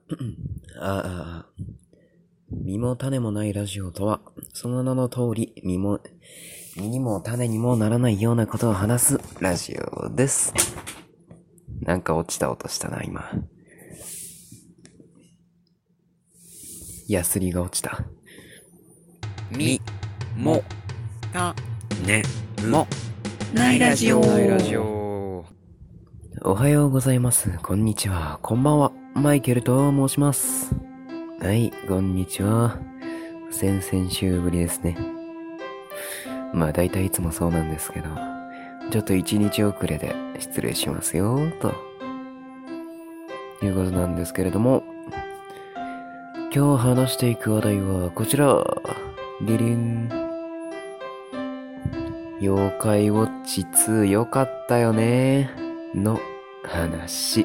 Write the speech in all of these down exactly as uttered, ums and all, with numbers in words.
ああ、身も種もないラジオとは、その名の通り、身も、身にも種にもならないようなことを話すラジオです。なんか落ちた音したな、今。ヤスリが落ちた。 み、も、た、 ね、 も、ないラジオ。 ないラジオ。おはようございます。こんにちは。こんばんは。マイケルと申します。はい、こんにちは。先々週ぶりですね。まあ大体いつもそうなんですけど、ちょっと一日遅れで失礼しますよ、ということなんですけれども、今日話していく話題はこちら。リリン。妖怪ウォッチツー良かったよねの話。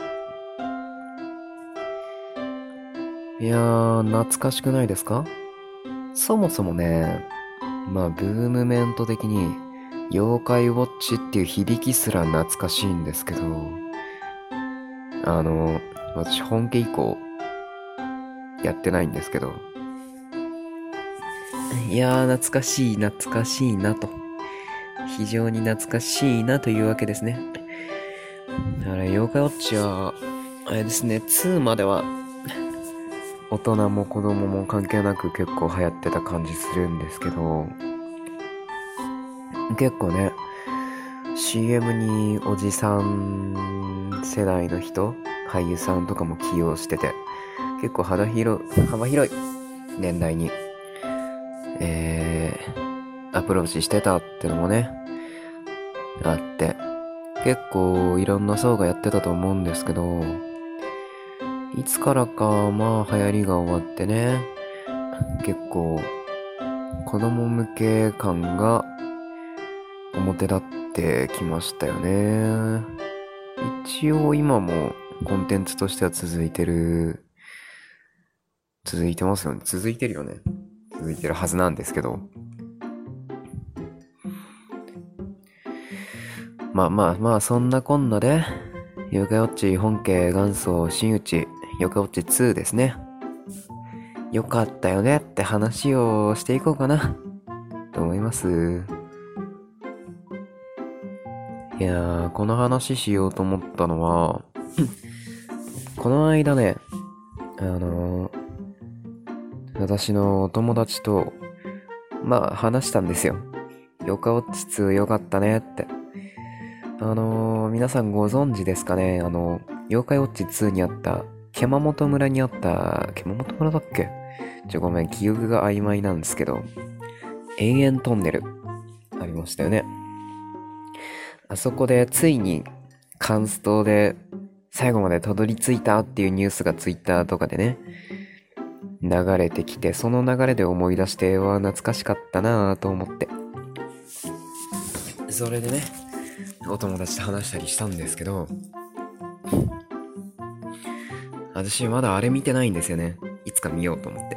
いやー、懐かしくないですか？そもそもね、まあブームメント的に妖怪ウォッチっていう響きすら懐かしいんですけど、あの、私本家以降やってないんですけど、いやー懐かしい懐かしいなと、非常に懐かしいなというわけですね。だから妖怪ウォッチはあれですね、ツーまでは大人も子供も関係なく結構流行ってた感じするんですけど、結構ね シーエム におじさん世代の人、俳優さんとかも起用してて、結構幅広い幅広い年代にえー、アプローチしてたってのもねあって、結構いろんな層がやってたと思うんですけど、いつからかまあ流行りが終わってね、結構子供向け感が表立ってきましたよね。一応今もコンテンツとしては続いてる、続いてますよね。続いてるよね。続いてるはずなんですけど。まあまあまあ、そんなこんなで、妖怪ウォッチ本家元祖真打ち、妖怪ウォッチツーですね。よかったよねって話をしていこうかな、と思います。いやー、この話しようと思ったのは、この間ね、あのー、私のお友達と、まあ話したんですよ。妖怪ウォッチツーよかったねって。あのー、皆さんご存知ですかね、あの、妖怪ウォッチツーにあった、獣本村にあった、獣本村だっけ？ちょ、ごめん、記憶が曖昧なんですけど、永遠トンネル、ありましたよね。あそこでついに、カンストで、最後までたどり着いたっていうニュースがツイッターとかでね、流れてきて、その流れで思い出して、は懐かしかったなぁと思って。それでね、お友達と話したりしたんですけど、私まだあれ見てないんですよね。いつか見ようと思って。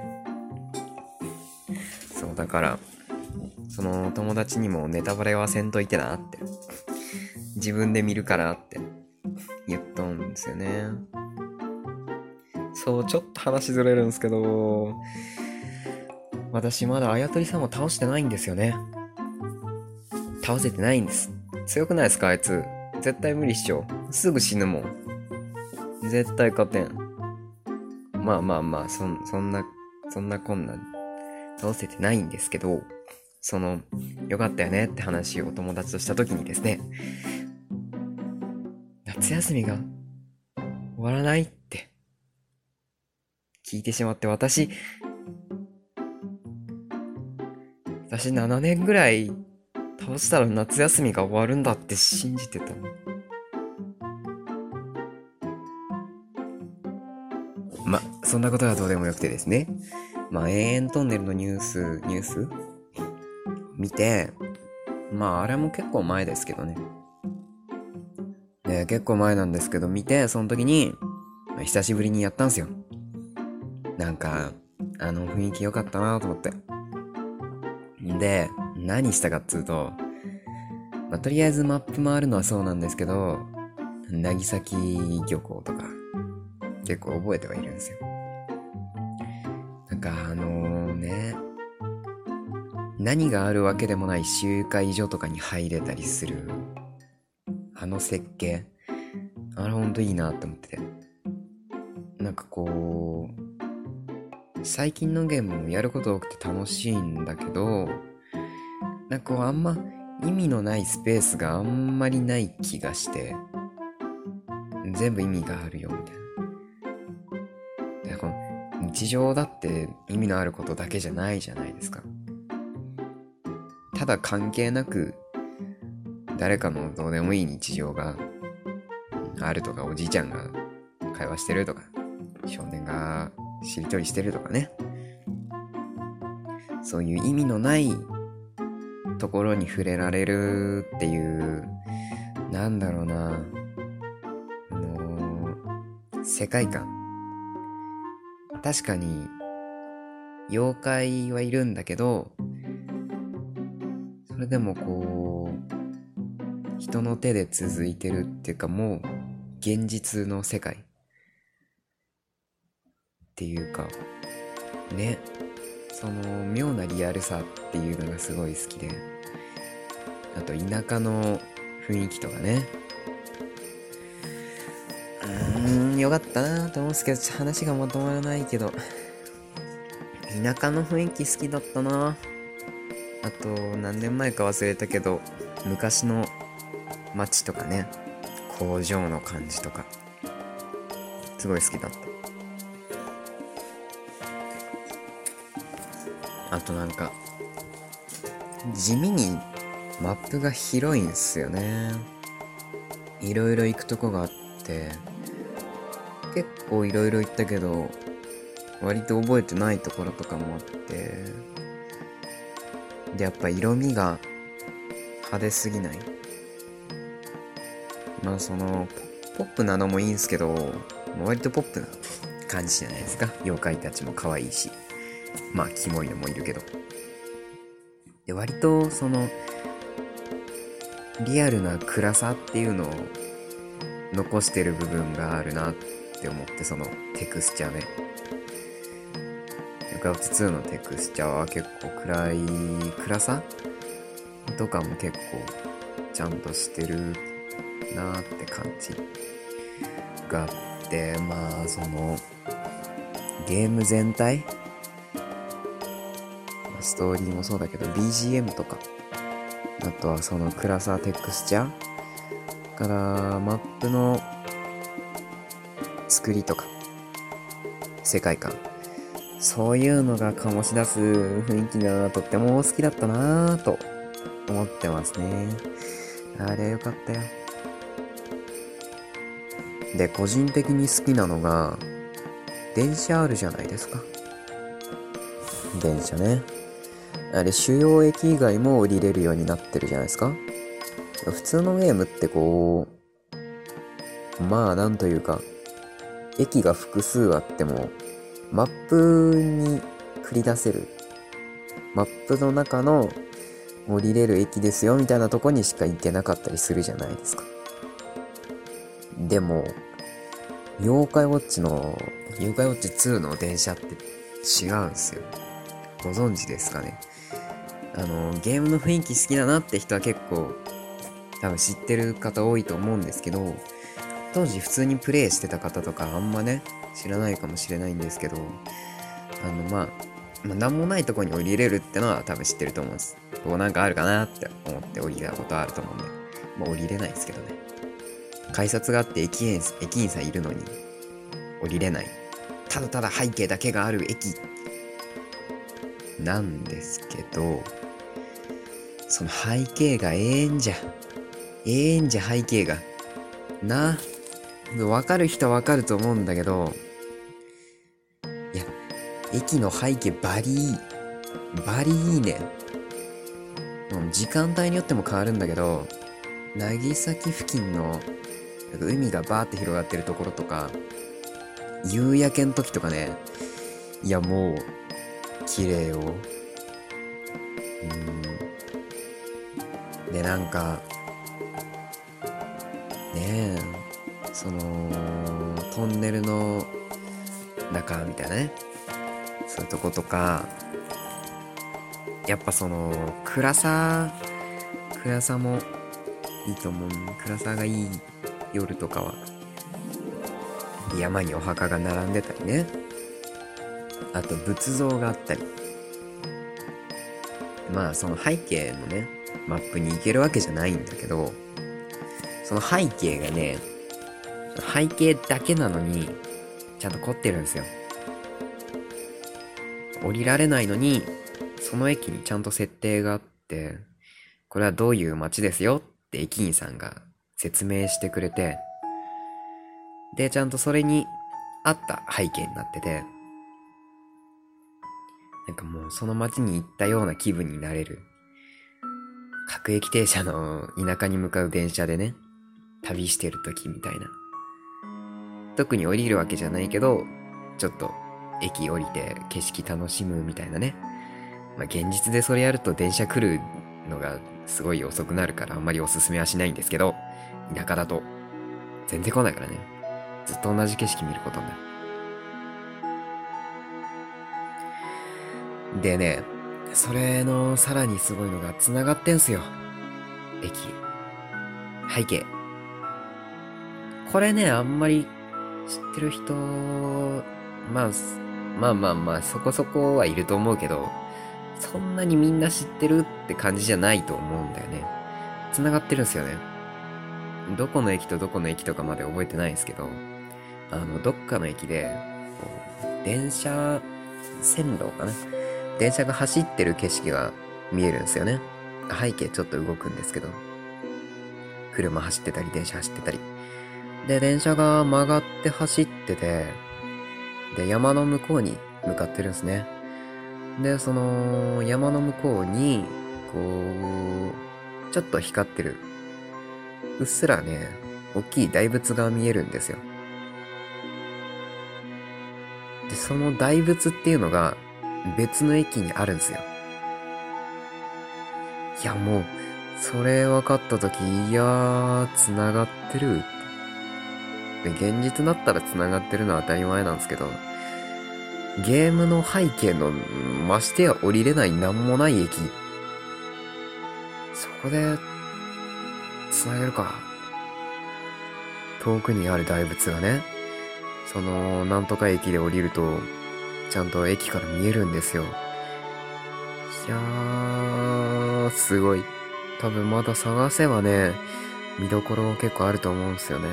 そうだからその友達にもネタバレはせんといてなって、自分で見るからって言っとんですよね。そう、ちょっと話ずれるんですけど、私まだあやとりさんを倒してないんですよね。倒せてないんです。強くないですかあいつ。絶対無理っしょ。すぐ死ぬもん。絶対勝てん。まあまあまあ、そん、そんな、そんなこんな、倒せてないんですけど、その、よかったよねって話をお友達とした時にですね、夏休みが終わらないって聞いてしまって、私、私ななねんぐらい倒したら夏休みが終わるんだって信じてたの。ま、そんなことはどうでもよくてですね。まあ、永遠トンネルのニュース、ニュース見て、まあ、あれも結構前ですけどね。ね、結構前なんですけど、見て、その時に、まあ、久しぶりにやったんすよ。なんか、あの雰囲気良かったなと思って。で、何したかっつうと、まあ、とりあえずマップ回るのはそうなんですけど、渚漁港とか、 結構覚えてはいるんですよ。なんかあのー、ね、何があるわけでもない集会所とかに入れたりするあの設計、あれほんといいなって思ってて、なんかこう最近のゲームもやること多くて楽しいんだけど、なんかこうあんま意味のないスペースがあんまりない気がして、全部意味があるよみたいな。でこの日常だって意味のあることだけじゃないじゃないですか。ただ関係なく誰かのどうでもいい日常があるとか、おじいちゃんが会話してるとか、少年がしりとりしてるとかね、そういう意味のないところに触れられるっていう、なんだろうな、あのー、世界観。確かに妖怪はいるんだけど、それでもこう人の手で続いてるっていうか、もう現実の世界っていうかね、その妙なリアルさっていうのがすごい好きで、あと田舎の雰囲気とかね、うーんよかったなと思うんですけど、話がまとまらないけど、田舎の雰囲気好きだったな。あと何年前か忘れたけど、昔の街とかね、工場の感じとかすごい好きだった。あとなんか地味にマップが広いんすよね。いろいろ行くとこがあって、結構いろいろ行ったけど割と覚えてないところとかもあって、でやっぱ色味が派手すぎない。まあそのポップなのもいいんすけど、割とポップな感じじゃないですか。妖怪たちも可愛いし、まあキモいのもいるけど、で割とそのリアルな暗さっていうのを残してる部分があるなって思って、そのテクスチャーね、ヨカウツツーのテクスチャーは結構暗い暗さとかも結構ちゃんとしてるなーって感じがあって、まあそのゲーム全体、ストーリーもそうだけど ビージーエム とか、あとはその暗さテクスチャーからマップの作りとか世界観、そういうのが醸し出す雰囲気がとっても好きだったなぁと思ってますね。あれよかったよ。で個人的に好きなのが電車あるじゃないですか。電車ね、あれ主要駅以外も降りれるようになってるじゃないですか。普通のゲームってこう、まあなんというか、駅が複数あってもマップに繰り出せる、マップの中の降りれる駅ですよみたいなとこにしか行けなかったりするじゃないですか。でも妖怪ウォッチの妖怪ウォッチツーの電車って違うんですよ。ご存知ですかね。あのゲームの雰囲気好きだなって人は結構多分知ってる方多いと思うんですけど、当時普通にプレイしてた方とかあんまね知らないかもしれないんですけど、あのまあまあ、なんもないとこに降りれるってのは多分知ってると思うんです。こうなんかあるかなって思って降りたことあると思うんで、まあ降りれないですけどね。改札があって駅員駅員さんいるのに降りれない、ただただ背景だけがある駅なんですけど、その背景が永遠じゃ永遠じゃ背景がな、わかる人はわかると思うんだけど、いや駅の背景バリーバリいいね。時間帯によっても変わるんだけど、渚崎付近の海がバーって広がってるところとか、夕焼けの時とかね、いやもう綺麗よ。うんでなんかねえ、 そのトンネルの中みたいなね、そういうとことか、やっぱその暗さ暗さもいいと思う。暗さがいい夜とかは、山にお墓が並んでたりね、あと仏像があったり、まあその背景のねマップに行けるわけじゃないんだけど、その背景がね、背景だけなのにちゃんと凝ってるんですよ。降りられないのにその駅にちゃんと設定があって、これはどういう街ですよって駅員さんが説明してくれて、でちゃんとそれに合った背景になってて、なんかもうその街に行ったような気分になれる。各駅停車の田舎に向かう電車でね、旅してる時みたいな。特に降りるわけじゃないけど、ちょっと駅降りて景色楽しむみたいなね。まあ現実でそれやると電車来るのがすごい遅くなるからあんまりおすすめはしないんですけど、田舎だと全然来ないからね、ずっと同じ景色見ることになる。でね、それのさらにすごいのが繋がってんすよ、駅。背景。これね、あんまり知ってる人、まあ、まあまあまあ、そこそこはいると思うけど、そんなにみんな知ってるって感じじゃないと思うんだよね。繋がってるんすよね。どこの駅とどこの駅とかまで覚えてないんですけど、あの、どっかの駅で、こう電車、線路かな、電車が走ってる景色が見えるんですよね。背景ちょっと動くんですけど、車走ってたり電車走ってたりで、電車が曲がって走ってて、で山の向こうに向かってるんですね。でその山の向こうにこうちょっと光ってる、うっすらね大きい大仏が見えるんですよ。でその大仏っていうのが別の駅にあるんですよ。いやもうそれ分かった時、いやー繋がってる。で現実だったら繋がってるのは当たり前なんですけど、ゲームの背景のましてや降りれないなんもない駅、そこで繋げるか。遠くにある大仏がね、そのなんとか駅で降りるとちゃんと駅から見えるんですよ。いやーすごい。多分まだ探せばね見どころ結構あると思うんですよね。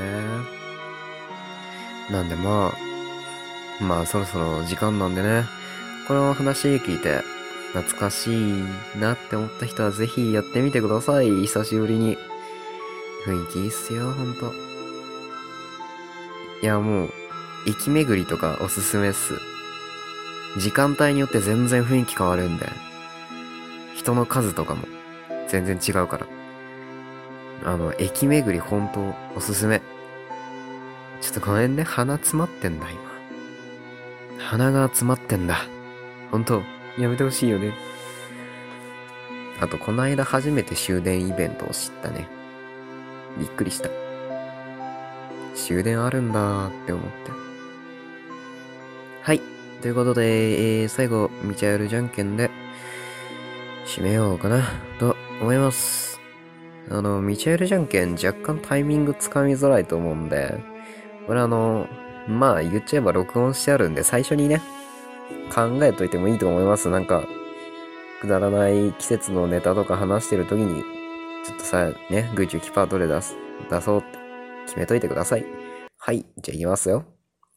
なんでまあまあそろそろ時間なんでね、この話聞いて懐かしいなって思った人はぜひやってみてください。久しぶりに。雰囲気いいっすよほんと。いやもう駅巡りとかおすすめっす。時間帯によって全然雰囲気変わるんで、人の数とかも全然違うから、あの駅巡りほんとおすすめ。ちょっとごめんね、鼻詰まってんだ今。鼻が詰まってんだ。ほんとやめてほしいよね。あとこの間初めて終電イベントを知ったね。びっくりした。終電あるんだーって思って。はい、ということで、えー、最後ミチャエルじゃんけんで締めようかなと思います。あのミチャエルじゃんけん若干タイミングつかみづらいと思うんで、これあのまあ言っちゃえば録音してあるんで最初にね考えといてもいいと思います。なんかくだらない季節のネタとか話してる時にちょっとさね、グーチュキパーどれ出す出そうって決めといてください。はい、じゃあ言いますよ。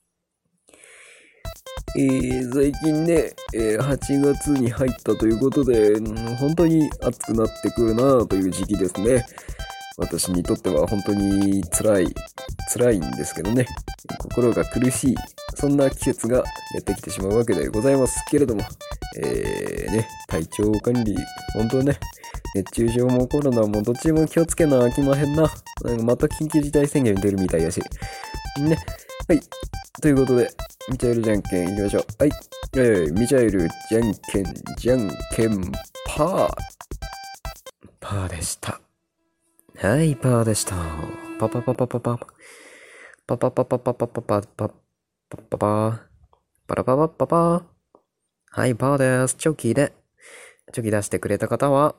えー、最近ね、えー、はちがつに入ったということで、うん、本当に暑くなってくるなという時期ですね。私にとっては本当に辛い、辛いんですけどね。心が苦しい、そんな季節がやってきてしまうわけでございますけれども、えーね、体調管理、本当ね、熱中症もコロナもどっちも気をつけなあきまへんな。なんかまた緊急事態宣言出るみたいやし。ね。はい。ということで、ミチャエルじゃんけんいきましょう。はい。えー、ミチャエルじゃんけん、じゃんけん、パー。パーでした。はい、パーでした。パパパパパパ。 パパパパパパパパパパパパパラパパパパはい、パーです。チョキで、チョキ出してくれた方は、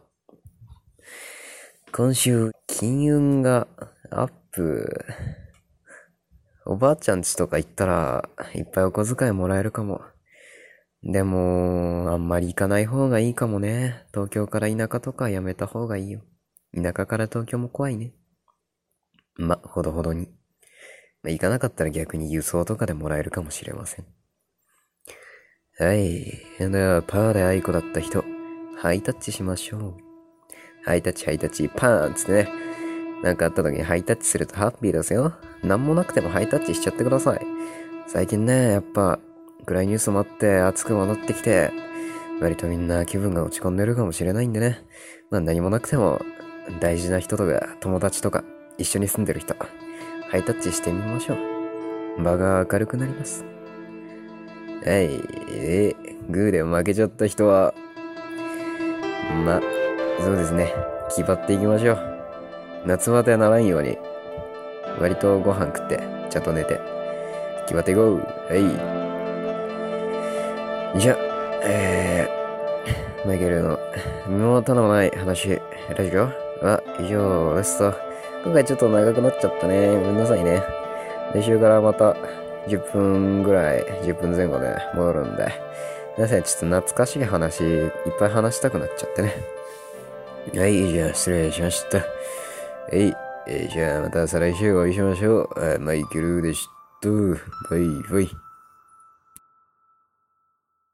今週、金運がアップ。おばあちゃん家とか行ったら、いっぱいお小遣いもらえるかも。でも、あんまり行かない方がいいかもね。東京から田舎とかやめた方がいいよ。田舎から東京も怖いね。ま、ほどほどに。まあ、行かなかったら逆に輸送とかでもらえるかもしれません。はい。では、パーでアイコだった人、ハイタッチしましょう。ハイタッチ、ハイタッチ、パーンつってね。なんかあった時にハイタッチするとハッピーですよ。なんもなくてもハイタッチしちゃってください。最近ね、やっぱ、暗いニュースもあって熱く戻ってきて、割とみんな気分が落ち込んでるかもしれないんでね。まあ何もなくても、大事な人とか友達とか一緒に住んでる人、ハイタッチしてみましょう。場が明るくなります。はい。で、グーで負けちゃった人は、まあ、そうですね。気張っていきましょう。夏バテならんように、割とご飯食って、ちゃんと寝て、気張っていこう。はい。じゃあ、えー、マイケルの身も頼まない話、ラジオは以上ですと。今回ちょっと長くなっちゃったね。ごめんなさいね。来週からまたじゅっぷんぐらい、じゅっぷんまえ後で戻るんで。皆さんちょっと懐かしい話、いっぱい話したくなっちゃってね。はい、じゃあ失礼しました。はい、えー、じゃあまた再来週お会いしましょう。マイケルでした。バイバイ。